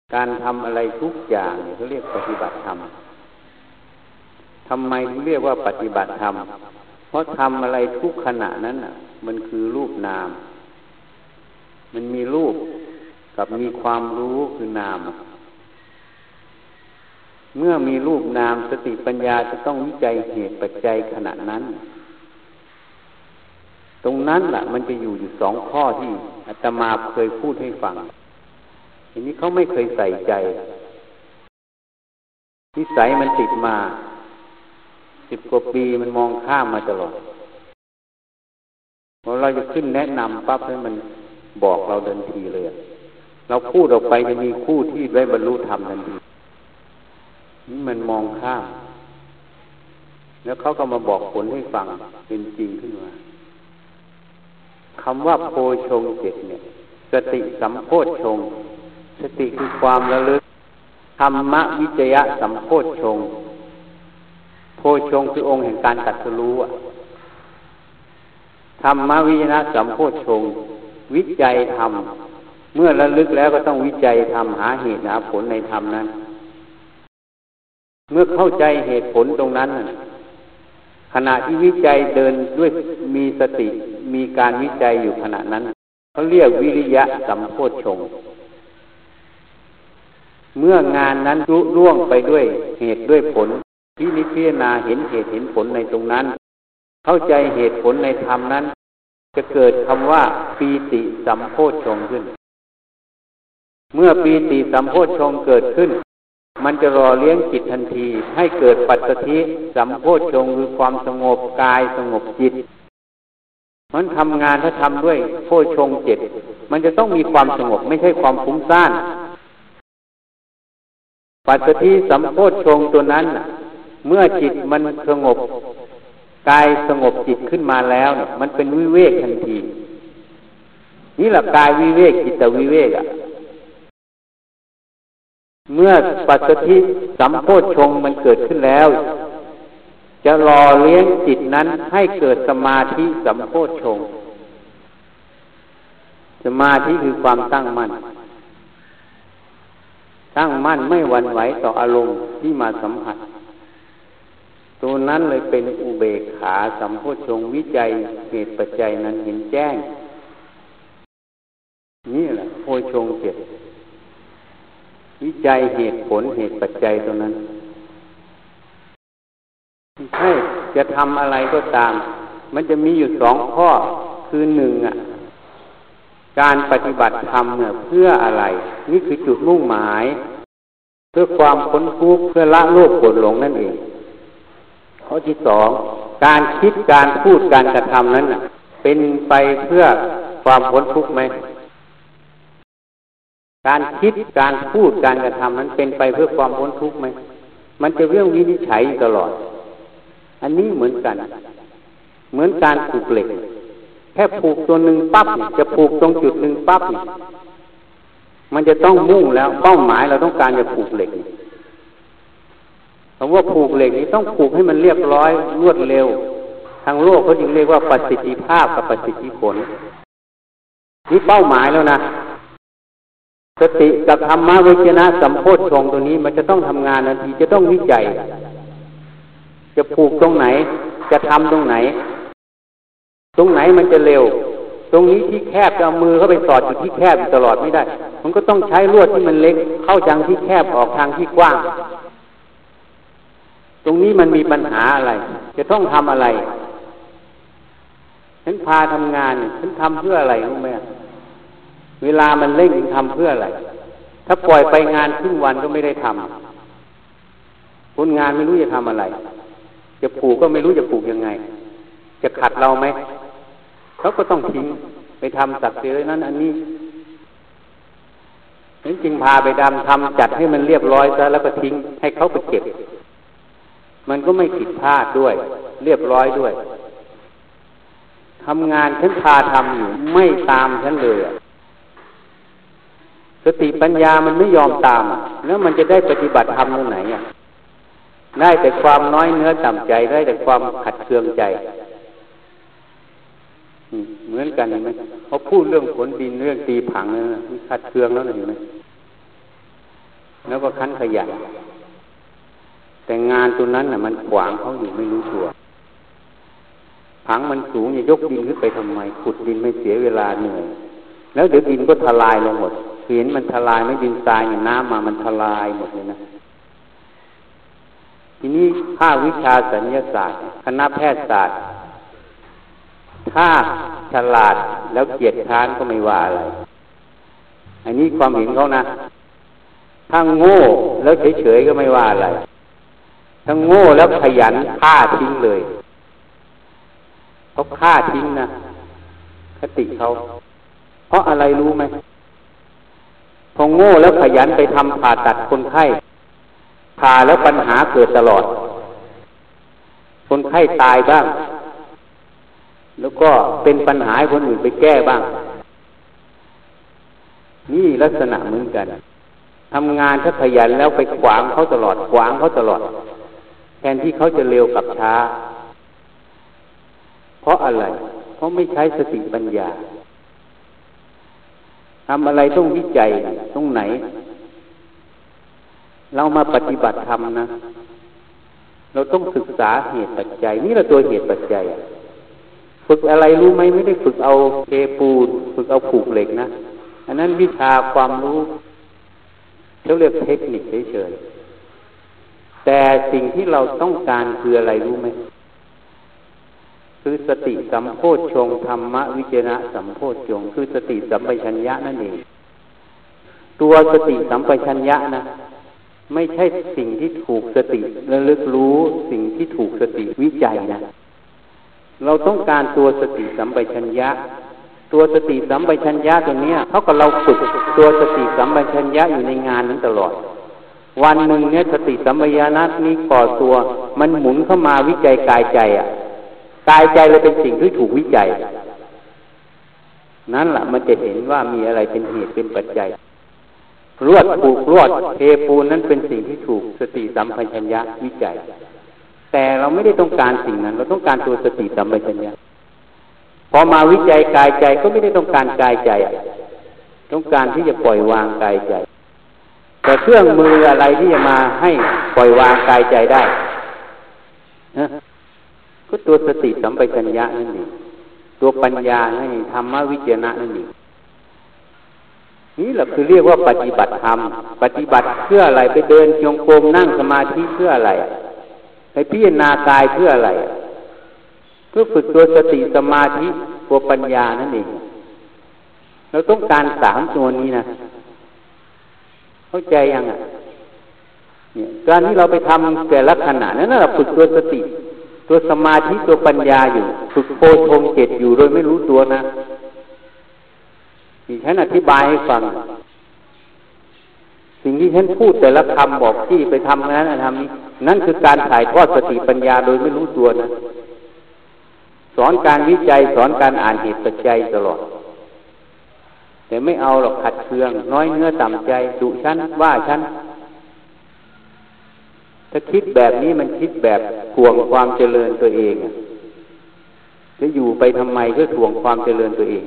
การทำอะไรทุกอย่างเนี่ยเขาเรียกปฏิบัติธรรมทำไมถึงเรียกว่าปฏิบัติธรรมเพราะทำอะไรทุกขณะนั้นน่ะมันคือรูปนามมันมีรูปกับมีความรู้คือนามเมื่อมีรูปนามสติปัญญาจะต้องวิจัยเหตุปัจจัยขณะนั้นตรงนั้นล่ะมันจะอยู่สองข้อที่อาตมาเคยพูดให้ฟังทีนี้เขาไม่เคยใส่ใจนิสัยมันติดมา10 กว่าปีมันมองข้ามมาตลอดพอเราจะขึ้นแนะนำปั๊บให้มันบอกเราทันทีเลยเราพูดออกไปจะมีคู่ที่ได้บรรลุธรรมทันทีนี่มันมองข้ามแล้วเขาก็มาบอกผลให้ฟังเป็นจริงขึ้นมาคำว่าโพชง7เนี่ยสติสัมโพชฌงค์สติคือความระลึกธรรมวิจยะสัมโพชฌงค์โพชงค์คือองค์แห่งการตรัสรู้ธรรมวิจยะสัมโพชฌงค์วิจัยธรรมเมื่อระลึกแล้วก็ต้องวิจัยธรรมหาเหตุหาผลในธรรมนั้นเมื่อเข้าใจเหตุผลตรงนั้นขณะที่วิจัยเดินด้วยมีสติมีการวิจัยอยู่ขณะนั้นเขาเรียกวิริยะสัมโพชฌงค์เมื่องานนั้นลุล่วงไปด้วยเหตุด้วยผลพิจารณาเห็นเหตุเห็นผลในตรงนั้นเข้าใจเหตุผลในธรรมนั้นจะเกิดคำว่าปีติสัมโพชฌงค์ขึ้นเมื่อปีติสัมโพชฌงค์เกิดขึ้นมันจะรอเลี้ยงจิตทันทีให้เกิดปัสสธิสัมโพชฌงค์คือความสงบกายสงบจิตมันทำงานถ้าทำด้วยโพชฌงค์7มันจะต้องมีความสงบไม่ใช่ความฟุ้งซ่านปัสสธิสัมโพชฌงค์ตัวนั้นเมื่อจิตมันสงบกายสงบจิตขึ้นมาแล้วเนี่ยมันเป็นวิเวกทันทีนี่แหละกายวิเวกจิตวิเวกเมื่อปัสสธิสัมโพชฌงค์มันเกิดขึ้นแล้วจะรอเลี้ยงจิตนั้นให้เกิดสมาธิสัมโพชฌงค์สมาธิคือความตั้งมั่นไม่หวั่นไหวต่ออารมณ์ที่มาสัมผัสตัวนั้นเลยเป็นอุเบกขาสัมโพชฌงค์วิจัยเหตุปัจจัยนั้นเห็นแจ้งนี่แหละโพชฌงค์7วิจัยเหตุผลเหตุปัจจัยตรงนั้นให้จะทำอะไรก็ตามมันจะมีอยู่2ข้อคือ1การปฏิบัติธรรมเนี่ยเพื่ออะไรนี่คือจุดมุ่งหมายเพื่อความพ้นทุกข์เพื่อละโลภโกรธหลงนั่นเองข้อที่2การคิดการพูดการกระทำนั้นเป็นไปเพื่อความพ้นทุกข์ไหมการคิดการพูดการกระทำนั้นเป็นไปเพื่อความพ้นทุกข์ไหมมันจะเรื่องวินิจฉัยตลอดอันนี้เหมือนกันเหมือนการผูกเหล็กแค่ผูกตัวหนึ่งปั๊บจะผูกตรงจุดหนึ่งปั๊บมันจะต้องมุ่งแล้วเป้าหมายเราต้องการจะผูกเหล็กคำว่าผูกเหล็กนี้ต้องผูกให้มันเรียบร้อยรวดเร็วทางโลกเขาจึงเรียกว่าประสิทธิภาพกับประสิทธิผลนี่เป้าหมายแล้วนะสติกับธรรมวิจนะสัมโพชฌงค์ตัวนี้มันจะต้องทำงานทันทีจะต้องวิจัยจะผูกตรงไหนจะทำตรงไหนมันจะเร็วตรงนี้ที่แคบจะเอามือเข้าไปสอดอยู่ที่แคบตลอดไม่ได้มันก็ต้องใช้ลวดที่มันเล็กเข้าทางที่แคบออกทางที่กว้างตรงนี้มันมีปัญหาอะไรจะต้องทำอะไรฉันพาทำงานฉันทำเพื่ออะไรรู้ไหมเวลามันเร่งทำเพื่ออะไรถ้าปล่อยไปงานครึ่งวันก็ไม่ได้ทำคนงานไม่รู้จะทำอะไรจะผูกก็ไม่รู้จะผูกยังไงจะขัดเราไหมเขาก็ต้องทิ้งไปทำสักเสียนั้นอันนี้นั้นจึงพาไปทำจัดให้มันเรียบร้อยซะแล้วก็ทิ้งให้เขาไปเก็บมันก็ไม่ผิดพลาดด้วยเรียบร้อยด้วยทำงานฉันพาทำอยู่ไม่ตามฉันเลยสติปัญญามันไม่ยอมตามแล้วมันจะได้ปฏิบัติธรรมตรงไหนได้แต่ความน้อยเนื้อต่ำใจได้แต่ความขัดเคืองใจเหมือนกันเห็นไหมเขาพูดเรื่องฝนดินเรื่องตีผังนั่นขัดเคืองแล้วเห็นไหมแล้วก็คั้นขยันแต่งานตัวนั้นน่ะมันขวางเขาอยู่ไม่รู้ตัวผังมันสูงอย่ายกดินขึ้นไปทำไมขุดดินไม่เสียเวลาเหนื่อยแล้วเดี๋ยวดินก็ทลายลงหมดเห็นมันทลายไม่ดินทรายเนี่ยน้ำมามันทลายหมดเลยนะทีนี้ภาควิชาสัญญาศาสตร์คณะแพทยศาสตร์ถ้าฉลาดแล้วเกียจคร้านก็ไม่ว่าอะไรอันนี้ความเห็นเขานะถ้าโง่แล้วเฉยๆก็ไม่ว่าอะไรถ้าโง่แล้วขยันฆ่าทิ้งเลยเขาฆ่าทิ้งนะคติเขาเพราะอะไรรู้ไหมพอโง่แล้วขยันไปทำผ่าตัดคนไข้ผ่าแล้วปัญหาเกิดตลอดคนไข้ตายบ้างแล้วก็เป็นปัญหาให้คนอื่นไปแก้บ้างนี่ลักษณะเหมือนกันทำงานถ้าขยันแล้วไปขวางเขาตลอดแทนที่เขาจะเร็วกับช้าเพราะอะไรเพราะไม่ใช้สติปัญญาทำอะไรต้องวิจัยตรงไหนเรามาปฏิบัติธรรมนะเราต้องศึกษาเหตุปัจจัยนี่แหละตัวเหตุปัจจัยฝึกอะไรรู้ไหมไม่ได้ฝึกเอาเทปูนฝึกเอาผูกเหล็กนะอันนั้นวิชาความรู้เขาเรียกเทคนิคเฉยๆแต่สิ่งที่เราต้องการคืออะไรรู้ไหมคือสติสัมโพชฌงค์ธรรมวิจนะสัมโพชฌงค์คือสติสัมปชัญญะนั่นเองตัวสติสัมปชัญญะนะไม่ใช่สิ่งที่ถูกสติระลึกรู้สิ่งที่ถูกสติวิจัยนะเราต้องการตัวสติสัมปชัญญะตัวสติสัมปชัญญะตัวเนี้ยเท่ากับเราฝึกตัวสติสัมปชัญญะอยู่ในงานนั้นตลอดวันหนึ่งเนี่ยสติสัมปชัญญะนี้ก่อตัวมันหมุนเข้ามาวิจัยกายใจกายใจเลยเป็นสิ่งที่ถูกวิจัยนั่นแหละมันจะเห็นว่ามีอะไรเป็นเหตุเป็นปัจจัยลวดผูกลวดเทปูนนั้นเป็นสิ่งที่ถูกสติสัมปชัญญะวิจัยแต่เราไม่ได้ต้องการสิ่งนั้นเราต้องการตัวสติสัมปชัญญะพอมาวิจัยกายใจก็ไม่ได้ต้องการกายใจต้องการที่จะปล่อยวางกายใจแต่เครื่องมืออะไรที่จะมาให้ปล่อยวางกายใจได้ก็ตัวสติสัมปชัญญะนั่นเองตัวปัญญานั่นเองธรรมวิจนะนั่นเองนี่แหละคือเรียกว่าปฏิบัติธรรมปฏิบัติเพื่ออะไรไปเดินจงกรมนั่งสมาธิเพื่ออะไรไปพิจารณากายเพื่ออะไรเพื่อฝึกตัวสติสมาธิตัวปัญญานั่นเองเราต้องการ3ตัวนี้นะเข้าใจยังเนี่ยการที่เราไปทำแต่ละขณะนั้นเราฝึกตัวสติตัวสมาธิตัวปัญญาอยู่ฝึกโพชงเจตอยู่โดยไม่รู้ตัวนะที่ฉันอธิบายให้ฟังสิ่งที่ฉันพูดแต่ละคำบอกที่ไปทำนั้นทำนี้นั่นคือการถ่ายทอดสติปัญญาโดยไม่รู้ตัวนะสอนการวิจัยสอนการอ่านเหตุปัจจัยตลอดแต่ไม่เอาหรอกขัดเคืองน้อยเนื้อต่ำใจดุฉันว่าฉันถ้าคิดแบบนี้มันคิดแบบทวงความเจริญตัวเองจะอยู่ไปทำไมก็ทวงความเจริญตัวเอง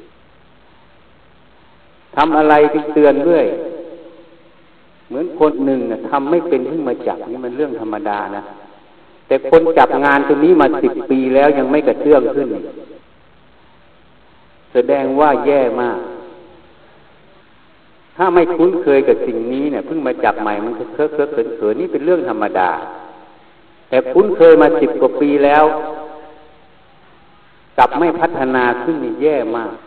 ทำอะไรจึงเตือนเรื่อยเหมือนคนหนึ่งทำไม่เป็นเพิ่งมาจับนี่มันเรื่องธรรมดานะแต่คนจับงานตัวนี้มา10 ปีแล้วยังไม่กระเตื้องขึ้นแสดงว่าแย่มากถ้าไม่คุ้นเคยกับสิ่งนี้เนี่ยเพิ่งมาจับใหม่มันเคอะเขินนี่เป็นเรื่องธรรมดาแต่คุ้นเคยมา10 กว่าปีแล้วกลับไม่พัฒนาขึ้นนี่แย่มาก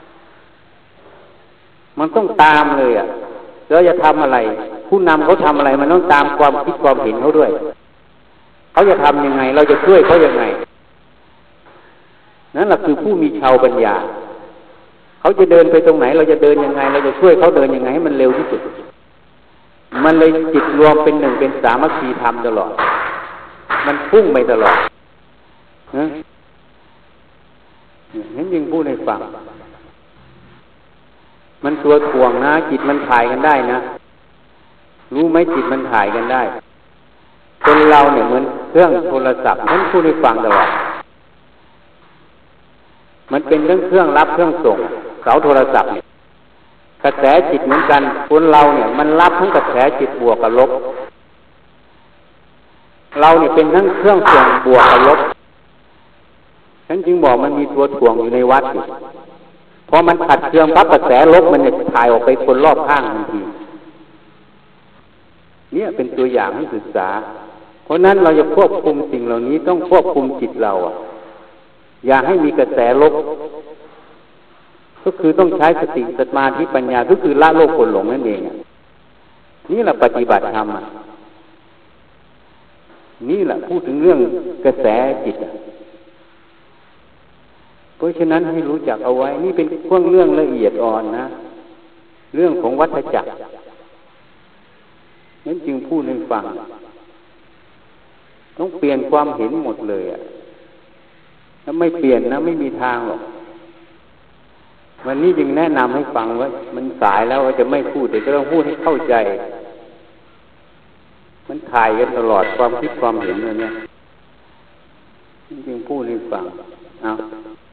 มันต้องตามเลยแล้วจะทำอะไรผู้นำเขาทำอะไรมันต้องตามความคิดความเห็นเขาด้วยเขาจะทำยังไงเราจะช่วยเขายังไงนั่นแหละคือผู้มีชาวปัญญาเขาจะเดินไปตรงไหนเราจะเดินยังไงเราจะช่วยเขาเดินยังไงให้มันเร็วที่สุดมันเลยจิตรวมเป็นหนึ่งเป็นสามัคคีธรรมตลอดมันพุ่งไปตลอดนะนั่นยิ่งพูดให้ฟังมันตัวถ่วงนะจิตมันถ่ายกันได้นะรู้ไหมจิตมันถ่ายกันได้คนเราเนี่ยเหมือนเครื่องโทรศัพท์นั่นพูดให้ฟังตลอดมันเป็นเครื่องรับเครื่องส่งเสาโทรศัพท์เนี่ยกระแสจิตเหมือนกันคนเราเนี่ยมันรับทั้งกระแสจิตบวกกับลบเราเนี่ยเป็นทั้งเครื่องส่งบวกกับลบฉันจึงบอกมันมีตัวถ่วงอยู่ในวัดอยู่พอมันขัดเคืองปั๊บกระแสลบมันเนี่ยถ่ายออกไปคนรอบข้างทันทีเนี่ยเป็นตัวอย่างให้ศึกษาเพราะนั้นเราจะควบคุมสิ่งเหล่านี้ต้องควบคุมจิตเราอย่าให้มีกระแสลบก็คือต้องใช้สติสมาธิปัญญาก็คือละโลภโกรธหลงนั่นเองนี่แหละปฏิบัติธรรมนี่แหละพูดถึงเรื่องกระแสจิตเพราะฉะนั้นให้รู้จักเอาไว้นี่เป็นเรื่องละเอียดอ่อนนะเรื่องของวัฏจักรนั้นจึงพูดให้ฟังต้องเปลี่ยนความเห็นหมดเลยถ้าไม่เปลี่ยนนะไม่มีทางหรอกวันนี้จึงแนะนำให้ฟังว่ามันสายแล้วว่าจะไม่พูดแต่ก็ต้องพูดให้เข้าใจมันถ่ายกันตลอดความคิดความเห็นเนี่ยจึงพูดให้ฟังเอา